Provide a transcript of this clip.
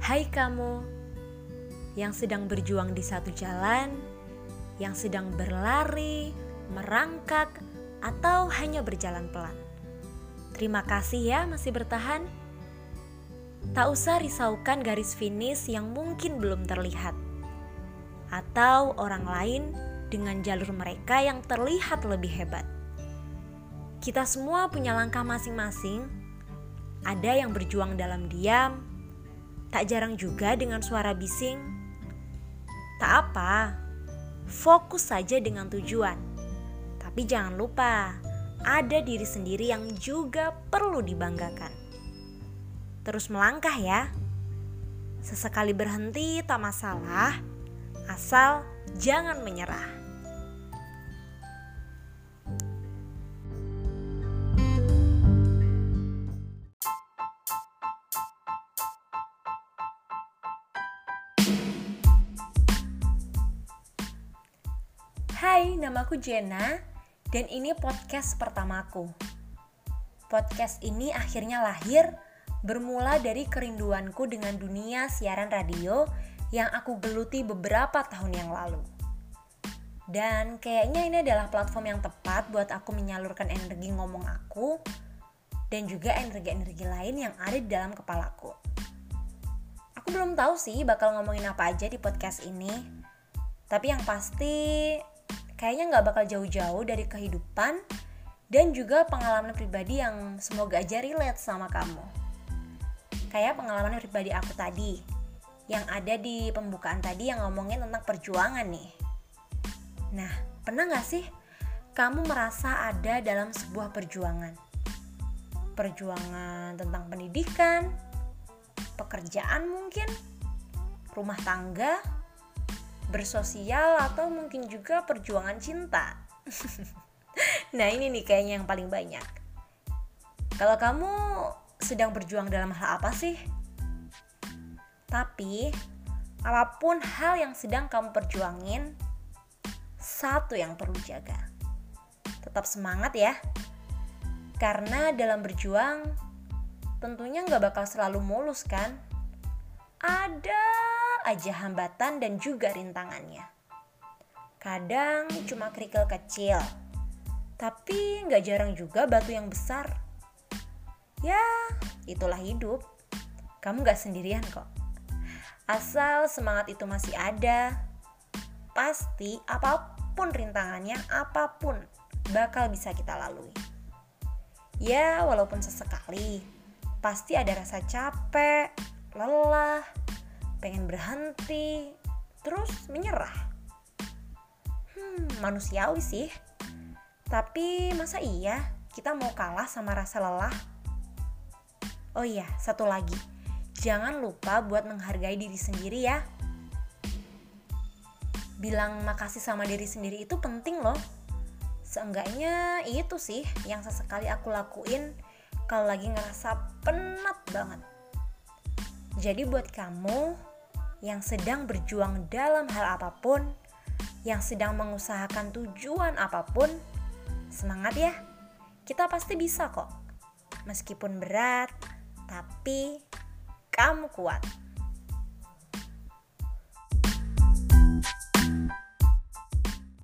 Hai kamu yang sedang berjuang di satu jalan, yang sedang berlari, merangkak, atau hanya berjalan pelan. Terima kasih ya masih bertahan. Tak usah risaukan garis finish yang mungkin belum terlihat, atau orang lain dengan jalur mereka yang terlihat lebih hebat. Kita semua punya langkah masing-masing. Ada yang berjuang dalam diam, tak jarang juga dengan suara bising. Tak apa, fokus saja dengan tujuan. Tapi jangan lupa, ada diri sendiri yang juga perlu dibanggakan. Terus melangkah ya. Sesekali berhenti tak masalah, asal jangan menyerah. Hai, namaku Jenna dan ini podcast pertamaku. Podcast ini akhirnya lahir bermula dari kerinduanku dengan dunia siaran radio yang aku geluti beberapa tahun yang lalu. Dan kayaknya ini adalah platform yang tepat buat aku menyalurkan energi ngomong aku dan juga energi-energi lain yang ada di dalam kepalaku. Aku belum tahu sih bakal ngomongin apa aja di podcast ini, tapi yang pasti kayaknya gak bakal jauh-jauh dari kehidupan dan juga pengalaman pribadi yang semoga aja relate sama kamu. Kayak pengalaman pribadi aku tadi, yang ada di pembukaan tadi yang ngomongin tentang perjuangan nih. Nah, pernah gak sih kamu merasa ada dalam sebuah perjuangan? Perjuangan tentang pendidikan, pekerjaan mungkin, rumah tangga, bersosial, atau mungkin juga perjuangan cinta. Nah ini nih kayaknya yang paling banyak. Kalau kamu sedang berjuang dalam hal apa sih? Tapi apapun hal yang sedang kamu perjuangin, satu yang perlu jaga, tetap semangat ya. Karena dalam berjuang tentunya gak bakal selalu mulus kan. Ada aja hambatan dan juga rintangannya. Kadang cuma kerikil kecil, tapi gak jarang juga batu yang besar. Ya, itulah hidup. Kamu gak sendirian kok. Asal semangat itu masih ada, pasti apapun rintangannya, apapun bakal bisa kita lalui. Ya, walaupun sesekali pasti ada rasa capek, lelah, pengen berhenti, terus menyerah. Manusiawi sih. Tapi masa iya kita mau kalah sama rasa lelah? Oh iya, satu lagi. Jangan lupa buat menghargai diri sendiri ya. Bilang makasih sama diri sendiri itu penting loh. Seenggaknya itu sih yang sesekali aku lakuin kalau lagi ngerasa penat banget. Jadi buat kamu yang sedang berjuang dalam hal apapun, yang sedang mengusahakan tujuan apapun, semangat ya. Kita pasti bisa kok. Meskipun berat, tapi kamu kuat.